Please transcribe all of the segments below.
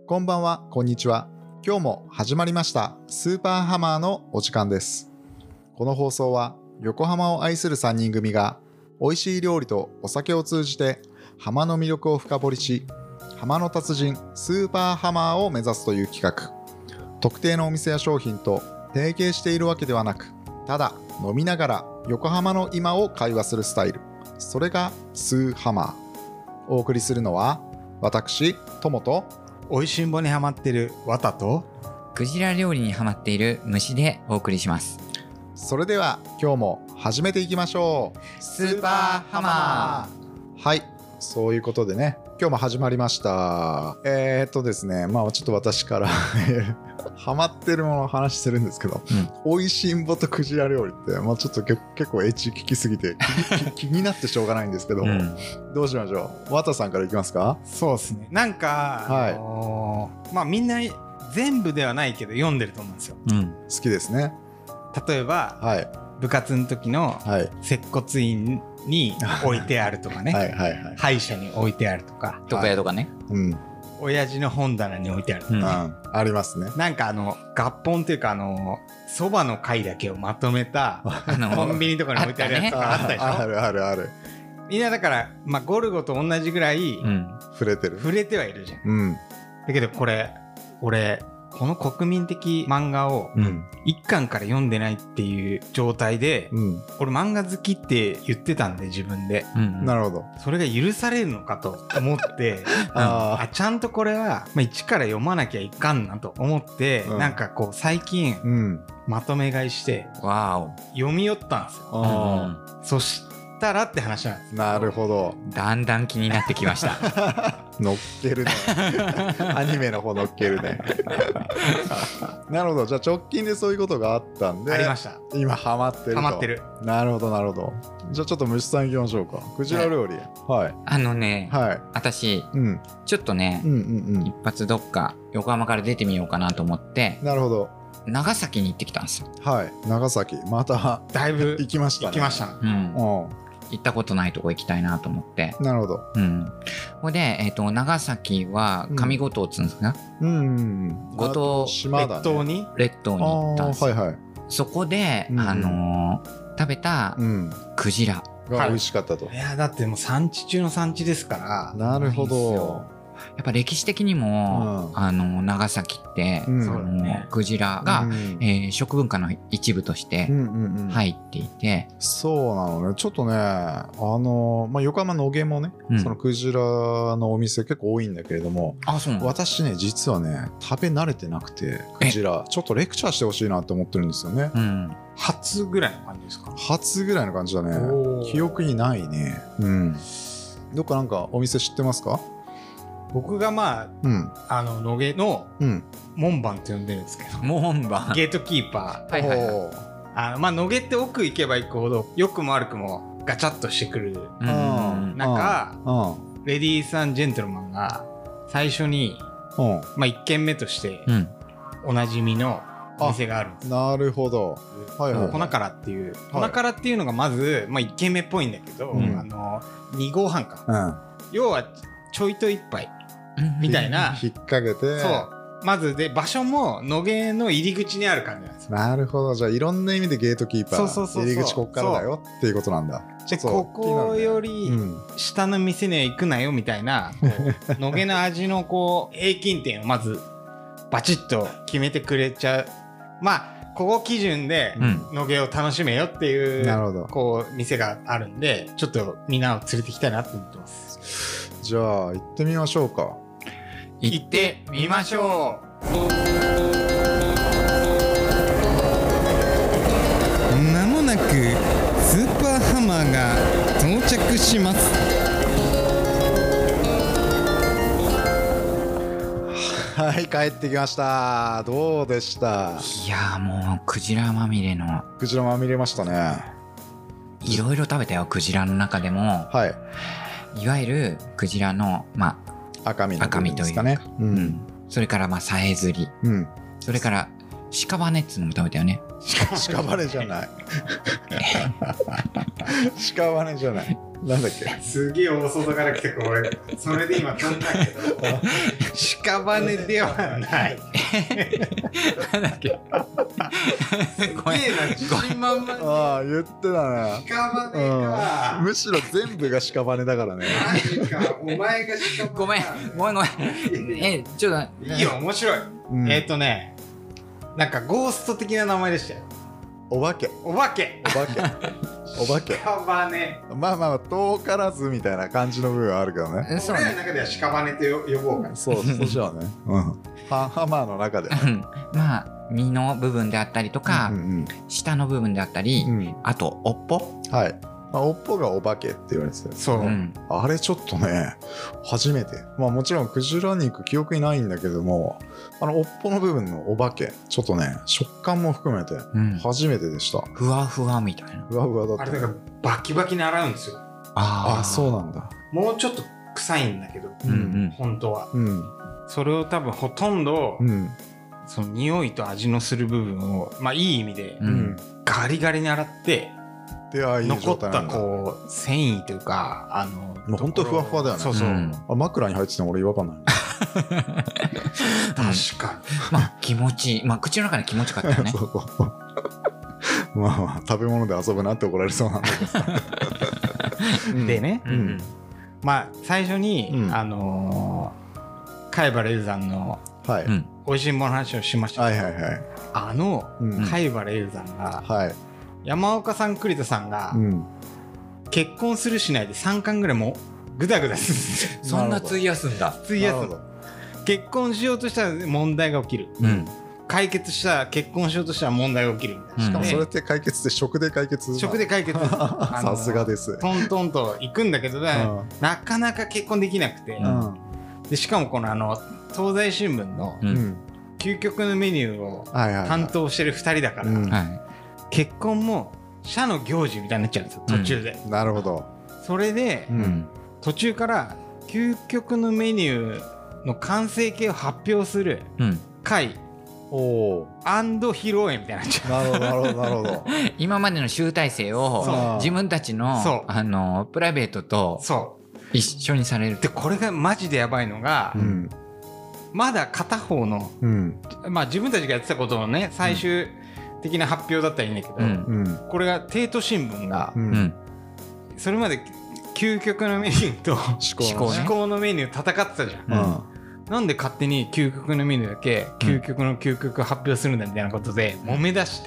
こんばんは、こんにちは。今日も始まりましたスーパーハマーのお時間です。この放送は横浜を愛する3人組が美味しい料理とお酒を通じて浜の魅力を深掘りし、浜の達人スーパーハマーを目指すという企画。特定のお店や商品と提携しているわけではなく、ただ飲みながら横浜の今を会話するスタイル、それがスーハマー。お送りするのは私トモとおいしんぼにハマってるワタとクジラ料理にハマっている虫でお送りします。 それでは今日も始めていきましょう。 スーパーハマー。はい、そういうことでね、今日も始まりました。ですね、ちょっと私からハマってるものを話してるんですけど、おいしんぼとクジラ料理って、ちょっと結構エッジ聞きすぎて気になってしょうがないんですけど、どうしましょう。ワタさんからいきますか。 そうですね、なんか、みんな全部ではないけど読んでると思うんですよ、 好きですね。 例えば、部活の時の接骨院に置いてあるとかね歯医者に置いてあるとか床屋とかね、 親父の本棚に置いてあるとか、 ありますね。 なんか合本っていうかそばの回だけをまとめたコンビニとかに置いてあるやつとかあったでしょ。 ある。 みんなだから、ゴルゴと同じぐらい触れてはいるじゃん、だけど俺この国民的漫画を1巻から読んでないっていう状態で、俺漫画好きって言ってたんで自分で、 なるほど。 それが許されるのかと思ってちゃんとこれは一から読まなきゃいかんなと思って、なんかこう最近、まとめ買いして読み寄ったんですよ。そしたらって話なんです。 なるほど。 だんだん気になってきました乗っけるねアニメの方乗っけるねなるほど。じゃあ直近でそういうことがあったんで、 ありました。 今ハマってると。 ハマってる。 なるほど。じゃあちょっと虫さんいきましょうか。クジラ料理。 私、ちょっとね、一発どっか横浜から出てみようかなと思って。 なるほど。 長崎に行ってきたんですよ。 長崎まただいぶ行きましたね。 行ったことないとこ行きたいなと思って。 なるほど。 ほいで、長崎は上五島っつうんですか、五島列島に行ったんですよ。そこで、食べたクジラが美味しかったと。 いやだってもう産地中の産地ですから。 なるほど。 やっぱ歴史的にも、長崎って、クジラが、食文化の一部として入っていて、 そうなのね。ちょっとね、横浜野毛もね、そのクジラのお店結構多いんだけれども、私ね実はね食べ慣れてなくて、クジラちょっとレクチャーしてほしいなって思ってるんですよね。 初ぐらいの感じですか。 初ぐらいの感じだね。記憶にないね。どっかなんかお店知ってますか？ 僕が野毛の門番って呼んでるんですけど、 門番ゲートキーパー。野毛って奥行けば行くほど良くも悪くもガチャッとしてくる中、レディース&ジェントルマンが最初に1軒目としておなじみのお店があるんです。 なるほど。 粉からっていうのがまず1軒目っぽいんだけど、2合半か、要はちょいと一杯みたいな引っ掛けて、 まずで場所も野毛の入り口にある感じなんですよ。 なるほど。じゃあいろんな意味でゲートキーパー、入り口こっからだよっていうことなんだ。 でここより下の店には行くなよみたいな、野毛の味の平均点をまずバチッと決めてくれちゃう。ここ基準で野毛を楽しめよっていう店があるんで、ちょっとみんなを連れてきたいなと思ってます。 じゃあ行ってみましょうか。 行ってみましょう。 まもなくスーパーハマーが到着します。 帰ってきました。どうでした？ いやもうクジラまみれましたね。 いろいろ食べたよ。クジラの中でも、いわゆるクジラの赤身というかね、 それからさえずり、それから屍っつうのも食べたよね。 屍じゃない屍じゃない。なんだっけ。 すげえ大外から来てこれそれで今飛んだけど屍ではないなんだっけ。 ごめんな自信満々 ああ言ってたね。 屍か、 むしろ全部が屍だからね。 マジかお前が屍ごめんちょっといいよ面白い、なんかゴースト的な名前でしたよ。 お化けお化け屍。 まあまあ遠からずみたいな感じの部分はあるけどね。 俺らの中では屍と呼ぼうか。 そうじゃあね。ハマーの中ではね。 まあ身の部分であったりとか、下の部分であったり、あと尾っぽ。 はい。尾っぽがお化けって言われてたよ。 そう、 あれちょっとね初めて。まあもちろんクジラ肉記憶にないんだけども、尾っぽの部分のお化けちょっとね食感も含めて初めてでした。 ふわふわみたいな。 ふわふわだった。 あれだからバキバキに洗うんですよ。 あそうなんだ。 もうちょっと臭いんだけど、本当は、それを多分ほとんど、その匂いと味のする部分をまあいい意味で、ガリガリに洗って残ったこう繊維というかもうほんとふわふわだよね。 そうそう、 枕に入ってても俺違和感ない。 確かにまあ気持ちいい。まあ口の中で気持ちよかったよね。 まあ食べ物で遊ぶなって怒られそうなんだけど。 でね、まあ最初に貝原雄山の美味しいものの話をしましたけど、貝原雄山が山岡さん栗田さんが結婚するしないで3巻ぐらいもうグダグダする。 そんな費やすんだ。 費やす。結婚しようとしたら問題が起きる、解決したら結婚しようとしたら問題が起きるみたいな、 しかもそれって解決って食で解決。 食で解決さすがです。 トントンと行くんだけど、なかなか結婚できなくて、でしかもこの東西新聞の究極のメニューを担当してる2人だから、結婚も社の行事みたいになっちゃうんですよ途中で。 なるほど。 それで途中から究極のメニューの完成形を発表する会披露宴みたいになっちゃう。 なるほど。 今までの集大成を自分たちのプライベートと一緒にされる。 でこれがマジでやばいのが、まだ片方の、まあ自分たちがやってたことのね最終的な発表だったらいいんだけど、これが帝都新聞が、それまで究極のメニューと至高のメニュー戦ってたじゃん。なんで勝手に究極のメニューだけ究極の究極発表するんだみたいなことで揉め出して、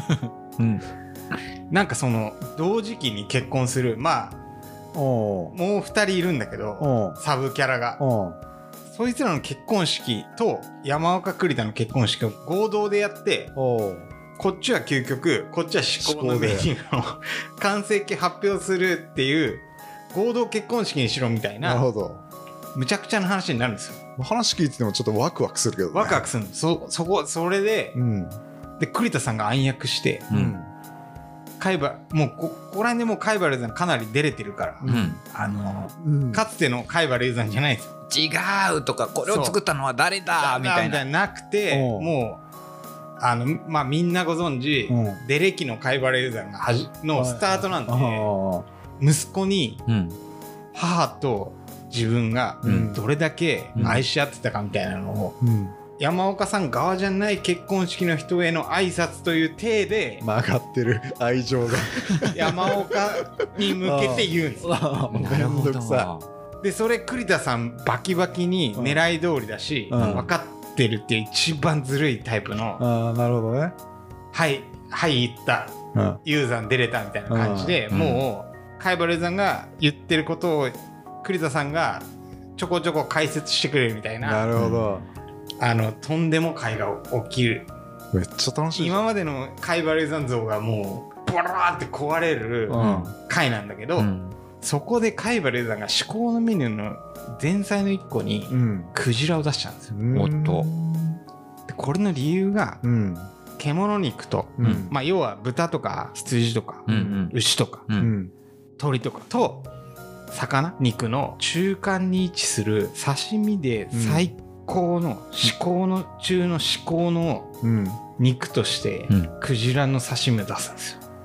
なんかその同時期に結婚するまあもう2人いるんだけどサブキャラがそいつらの結婚式と山岡栗田の結婚式を合同でやって、こっちは究極こっちは至高のメニューの完成形発表するっていう合同結婚式にしろみたいな。 なるほど。 むちゃくちゃな話になるんですよ。 話聞いててもちょっとワクワクするけどね。 ワクワクするの。それで、で栗田さんが暗躍して、もうここら辺でもう貝原雄山かなり出れてるから、かつての貝原雄山じゃないですよ。 違うとかこれを作ったのは誰だみたいななくて、もうまあみんなご存知、デレキの貝原雄山のスタートなんで、息子に母と自分がどれだけ愛し合ってたかみたいなのを、山岡さん側じゃない結婚式の人への挨拶という体で曲がってる愛情が山岡に向けて言うんですよ。 なるほど。 でそれ栗田さんバキバキに狙い通りだし、分かってるっていう一番ずるいタイプのなるほどね。 はい言った雄山出れたみたいな感じで、もう貝原雄山が言ってることを栗田さんがちょこちょこ解説してくれるみたいな。 なるほど。 とんでも会が起きる。 めっちゃ楽しい。 今までの貝原雄山像がもうボラーって壊れる会なんだけど、そこで貝原雄山が至高のメニューの前菜の1個にクジラを出したんですよ。 おっと。 でこれの理由が、獣肉と、まあ要は豚とか羊とか、牛とか、鳥とかと魚肉の中間に位置する刺身で最高の至高の中の至高の肉としてクジラの刺身を出すんですよ。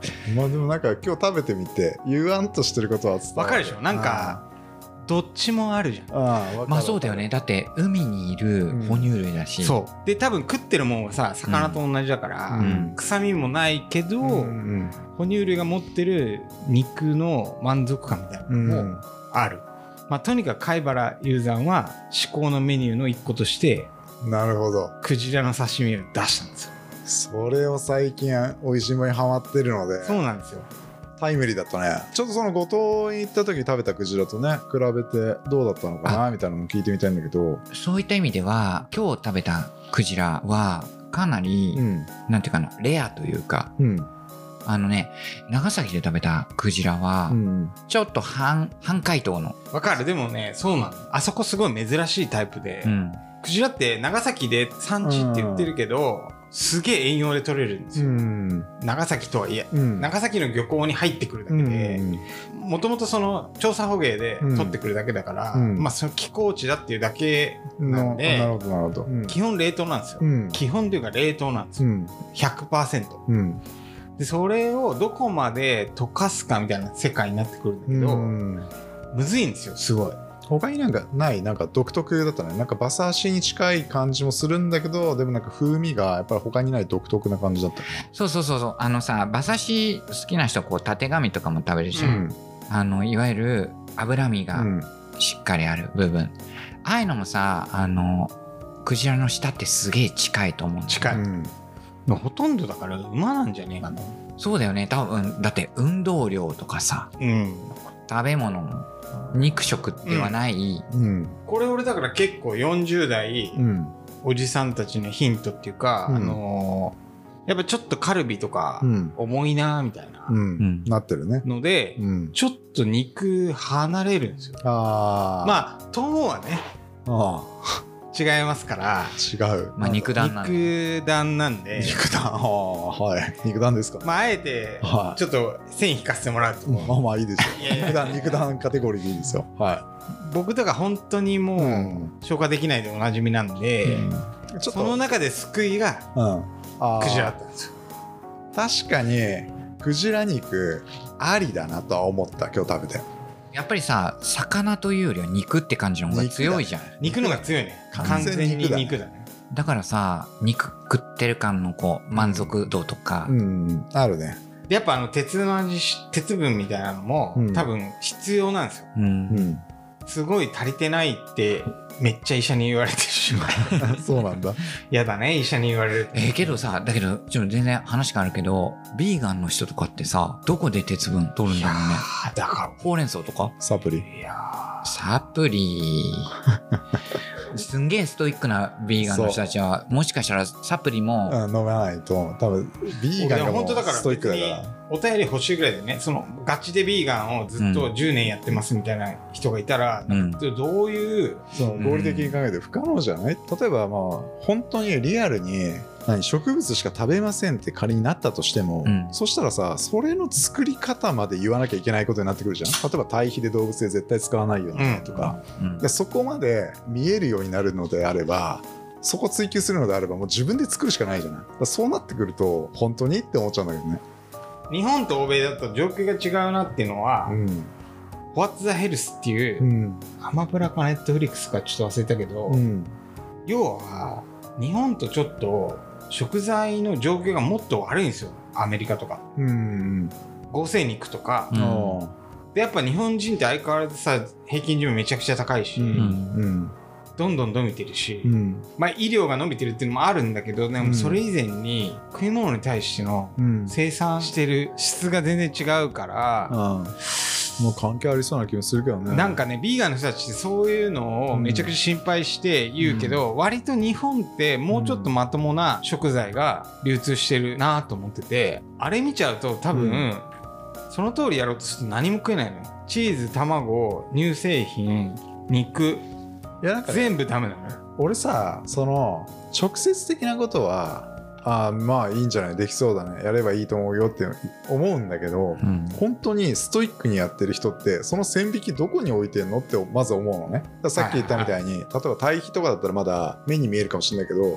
まあでもなんか今日食べてみて言わんとしてることは伝わる。 わかるでしょ。なんかどっちもあるじゃん。 まあそうだよね。だって海にいる哺乳類だし、 そうで多分食ってるもんはさ魚と同じだから、臭みもないけど、哺乳類が持ってる肉の満足感みたいなのもある。まあとにかく貝原雄山は至高のメニューの一個としてなるほどクジラの刺身を出したんですよ。 それを最近美味しいものにハマってるので、 そうなんですよ。 タイムリーだったね。ちょっとその五島に行った時食べたクジラとね比べてどうだったのかなみたいなのも聞いてみたいんだけど、 そういった意味では今日食べたクジラはかなり、なんていうかな、レアというか、長崎で食べたクジラは、ちょっと半解凍の。 わかる。でもね、そうなの。あそこすごい珍しいタイプで、クジラって長崎で産地って言ってるけど、すげえ遠洋で取れるんですよ。長崎とはいえ、長崎の漁港に入ってくるだけで、もともとその調査捕鯨で取ってくるだけだから、まあその寄港地だっていうだけなんで、 なるほどなるほど、 基本冷凍なんですよ。基本というか冷凍なんですよ。100%。でそれをどこまで溶かすかみたいな世界になってくるんだけど、むずいんですよ、すごい。 他になんか独特だったね。なんか馬刺しに近い感じもするんだけど、でもなんか風味がやっぱり他にない独特な感じだったね。 そうさ、馬刺し好きな人はこうたてがみとかも食べるし、いわゆる脂身がしっかりある部分、ああいうのもさ、クジラの舌ってすげえ近いと思うんだよ。 近い、ほとんどだから馬なんじゃねえかな。 そうだよね。多分だって運動量とかさ、食べ物も肉食ではない、 これ俺だから結構40代、おじさんたちのヒントっていうか、やっぱちょっとカルビとか重いなみたいな、 なってるねので、ちょっと肉離れるんですよ。まあ友はね違いますから。 違う。 まあ肉弾なんで。 肉弾なんで。 肉弾。はい。肉弾ですか。 まああえてちょっと線引かせてもらうと。 まあいいですよ。肉弾カテゴリーでいいですよ。はい。 僕とか本当にもう消化できないでおなじみなんで、その中で救いがクジラだったんですよ。 確かにクジラ肉ありだなとは思った今日食べて。 やっぱりさ、魚というよりは肉って感じの方が強いじゃん。 肉の方が強いね。完全に肉だね。 だからさ、肉食ってる感のこう満足度とか、 あるね。 でやっぱ鉄の味、鉄分みたいなのも、多分必要なんですよ。すごい足りてないってめっちゃ医者に言われてるしそうなんだ。 やだね、医者に言われると。 けどさ、だけどちょっと全然話変わるけど、ビーガンの人とかってさ、どこで鉄分取るんだろうね。 だからほうれん草とかサプリ。 サプリすんげえストイックなビーガンの人たちはもしかしたらサプリも飲まないと多分ビーガンがもうストイックだから。 お便り欲しいぐらいでね、そのガチでビーガンをずっと10年やってますみたいな人がいたら、どういうその合理的に考えて不可能じゃない？例えばまあ本当にリアルに植物しか食べませんって仮になったとしても、そしたらさ、それの作り方まで言わなきゃいけないことになってくるじゃん。例えば堆肥で動物で絶対使わないよねとか、でそこまで見えるようになるのであれば、そこ追求するのであればもう自分で作るしかないじゃない。そうなってくると本当にって思っちゃうんだけどね。 日本と欧米だと状況が違うなっていうのは、What's the Health っていう、アマプラかネットフリックスかちょっと忘れたけど、要は日本とちょっと食材の状況がもっと悪いんですよ、アメリカとか。合成肉とか、でやっぱ日本人って相変わらずさ、平均寿命めちゃくちゃ高いし、どんどん伸びてるし、まあ医療が伸びてるっていうのもあるんだけど、でもそれ以前に食い物に対しての生産してる質が全然違うから、 もう関係ありそうな気もするけどね。 なんかね、ビーガンの人たちってそういうのをめちゃくちゃ心配して言うけど、割と日本ってもうちょっとまともな食材が流通してるなと思ってて、あれ見ちゃうと多分、その通りやろうとすると何も食えないのよ。チーズ、卵、乳製品、肉、いやなんか、ね、全部ダメなのよ。 俺さ、その直接的なことはまあいいんじゃない、できそうだね、やればいいと思うよって思うんだけど、本当にストイックにやってる人ってその線引きどこに置いてんのってまず思うのね。ださっき言ったみたいに、例えば堆肥とかだったらまだ目に見えるかもしれないけど、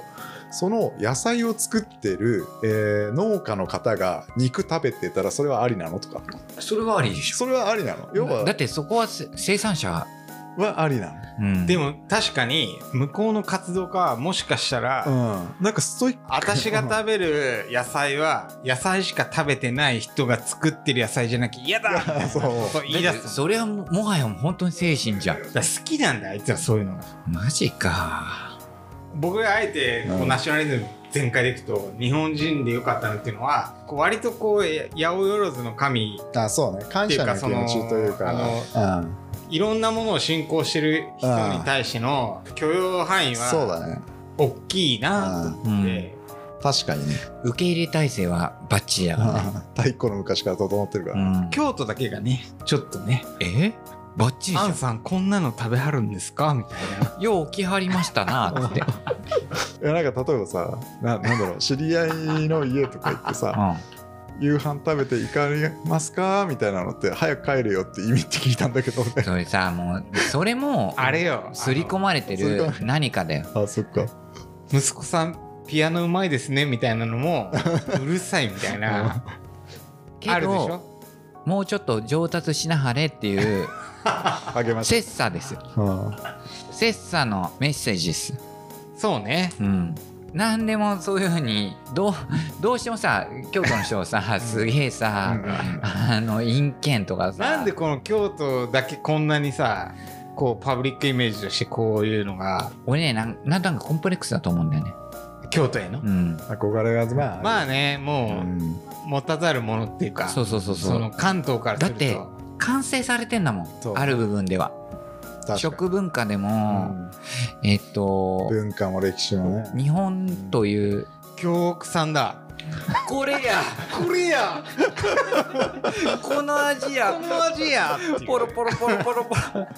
その野菜を作ってる、農家の方が肉食べてたらそれはありなのとか。 それはありでしょ。 それはありなの？要はだってそこは生産者はありなの？ でも確かに向こうの活動家はもしかしたら、 なんかストイック。 私が食べる野菜は野菜しか食べてない人が作ってる野菜じゃなきゃ嫌だそうと言い出す。 それはもはや本当に精神じゃん。 だから好きなんだあいつはそういうのが。 マジか。 僕があえてこうナショナリズム全開でいくと日本人でよかったのっていうのはこう割とこう八百万の神そうね、感謝の気持ちというか、 いろんなものを信仰してる人に対しての許容範囲そうはだね、 大きいなと思って、 確かにね、 受け入れ体制はバッチリだからね。 太古の昔から整ってるから、 京都だけがねちょっとねバッチリじゃん。 アンさんこんなの食べはるんですかみたいな。 よう起きはりましたなって。 いやなんか例えばさ、なんだろう、知り合いの家とか行ってさ、夕飯食べて行かれますかみたいなのって早く帰るよって意味って聞いたんだけどね。 それさ、もうそれもあれよ刷り込まれてる何かだよ。 そっか。 息子さんピアノうまいですねみたいなのもうるさいみたいなあるでしょ。 もうちょっと上達しなはれっていうあげまし切磋ですよ。切磋のメッセージです。 そうね。 何でもそういうふうにどうしてもさ、京都の人をさすげえさ、陰険とかさ、 なんでこの京都だけこんなにさこうパブリックイメージとしてこういうのが俺ね、なんかコンプレックスだと思うんだよね、 京都への。 憧れがまあね、もう持たざるものっていうか、 そうその関東からするとだって完成されてんだもん、ある部分では。食文化でも、 文化も歴史もね、 日本という京極さんだ。 これやこの味やポロポロポロポロポロ。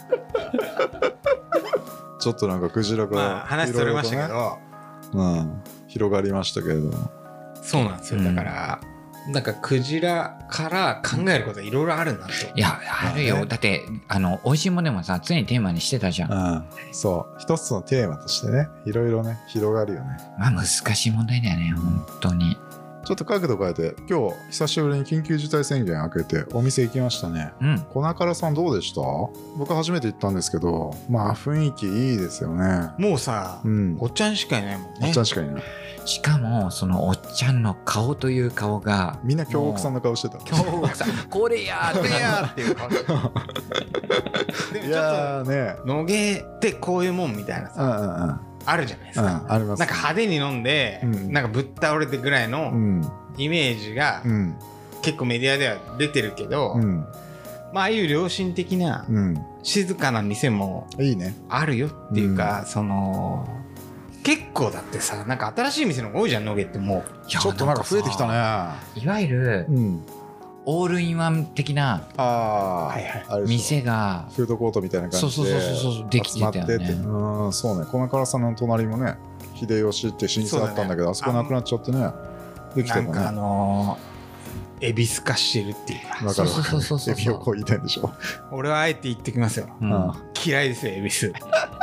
ちょっとなんかクジラが話それましたけど、 広がりましたけれども、 そうなんですよ。だからなんかクジラから考えることいろいろあるなと。 いや、あるよ。だって美味しいものでもさ、常にテーマにしてたじゃん。 そう一つのテーマとしてね、いろいろね広がるよね。 まあ難しい問題だよね、本当に。 ちょっと角度変えて、今日久しぶりに緊急事態宣言明けてお店行きましたね。粉からさんどうでした？僕初めて行ったんですけど、まあ雰囲気いいですよね。 もうさ、おっちゃんしかいないもんね。 おっちゃんしかいない。 しかもそのおっちゃんの顔という顔がみんな京極さんの顔してた。 京極さんこれやっていう顔。でもちょっとね、野毛ってこういうもんみたいなさ、あるじゃないですか。 あります。 なんか派手に飲んで、なんかぶっ倒れてぐらいのイメージが結構メディアでは出てるけど、まあああいう良心的な静かな店もいいね、 あるよっていうか、その結構だってさ、なんか新しい店の方が多いじゃん、野毛って。もうちょっとなんか増えてきたね。 いわゆるオールインワン的な店がフードコートみたいな感じでできてたよね。 そうね、粉からさんの隣もね、秀吉って老舗だったんだけど、あそこなくなっちゃってね、できてたね。 なんか恵比寿化してるっていうか。 だからエビをこう言いたいんでしょ。 俺はあえて言ってきますよ、嫌いですよ恵比寿。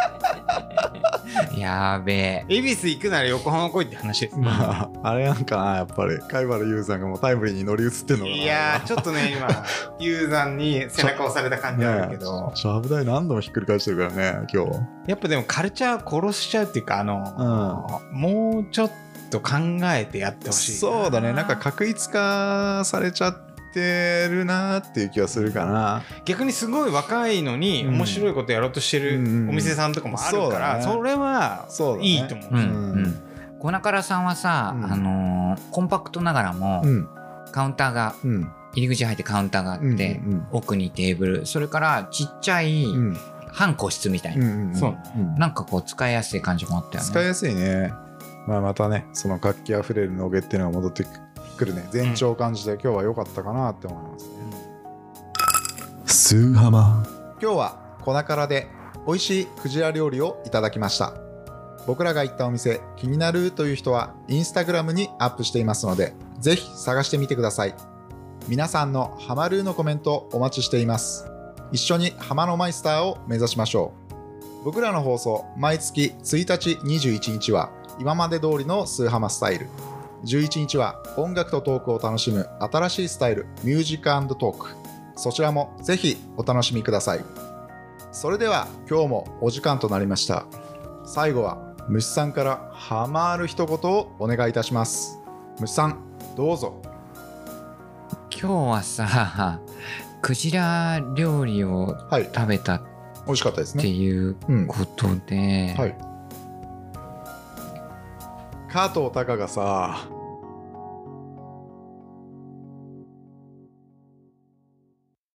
やべえ。 恵比寿行くなら横浜来いって話です。 まああれなんかな、やっぱり貝原雄山がもうタイムリーに乗り移ってんのかな。 いやちょっとね今雄山に背中押された感じあるけど、 危ない、何度もひっくり返してるからね今日。 やっぱでもカルチャー殺しちゃうっていうか、もうちょっと考えてやってほしい。 そうだね、なんか画一化されちゃってるなっていう気はするかな。 逆にすごい若いのに面白いことやろうとしてるお店さんとかもあるから、それはいいと思う。 粉からさんはさ、コンパクトながらもカウンターが、入り口入ってカウンターがあって、奥にテーブル、それからちっちゃい半個室みたいな、なんかこう使いやすい感じもあったよね。 使いやすいね。またね、その活気あふれる野毛っていうのが戻ってくるね、前兆を感じて今日は良かったかなって思いますね。スーハマ。今日は粉からで美味しいクジラ料理をいただきました。僕らが行ったお店気になるという人はインスタグラムにアップしていますので、ぜひ探してみてください。皆さんのハマるのコメントお待ちしています。一緒にハマのマイスターを目指しましょう。僕らの放送毎月1日21日は今まで通りのスーハマスタイル、11日は音楽とトークを楽しむ新しいスタイルミュージック&トーク、そちらもぜひお楽しみください。それでは今日もお時間となりました。最後は虫さんからハマる一言をお願いいたします。虫さんどうぞ。 今日はさ、クジラ料理を食べた美味しかったですねっていうことで、 はい、加藤隆がさ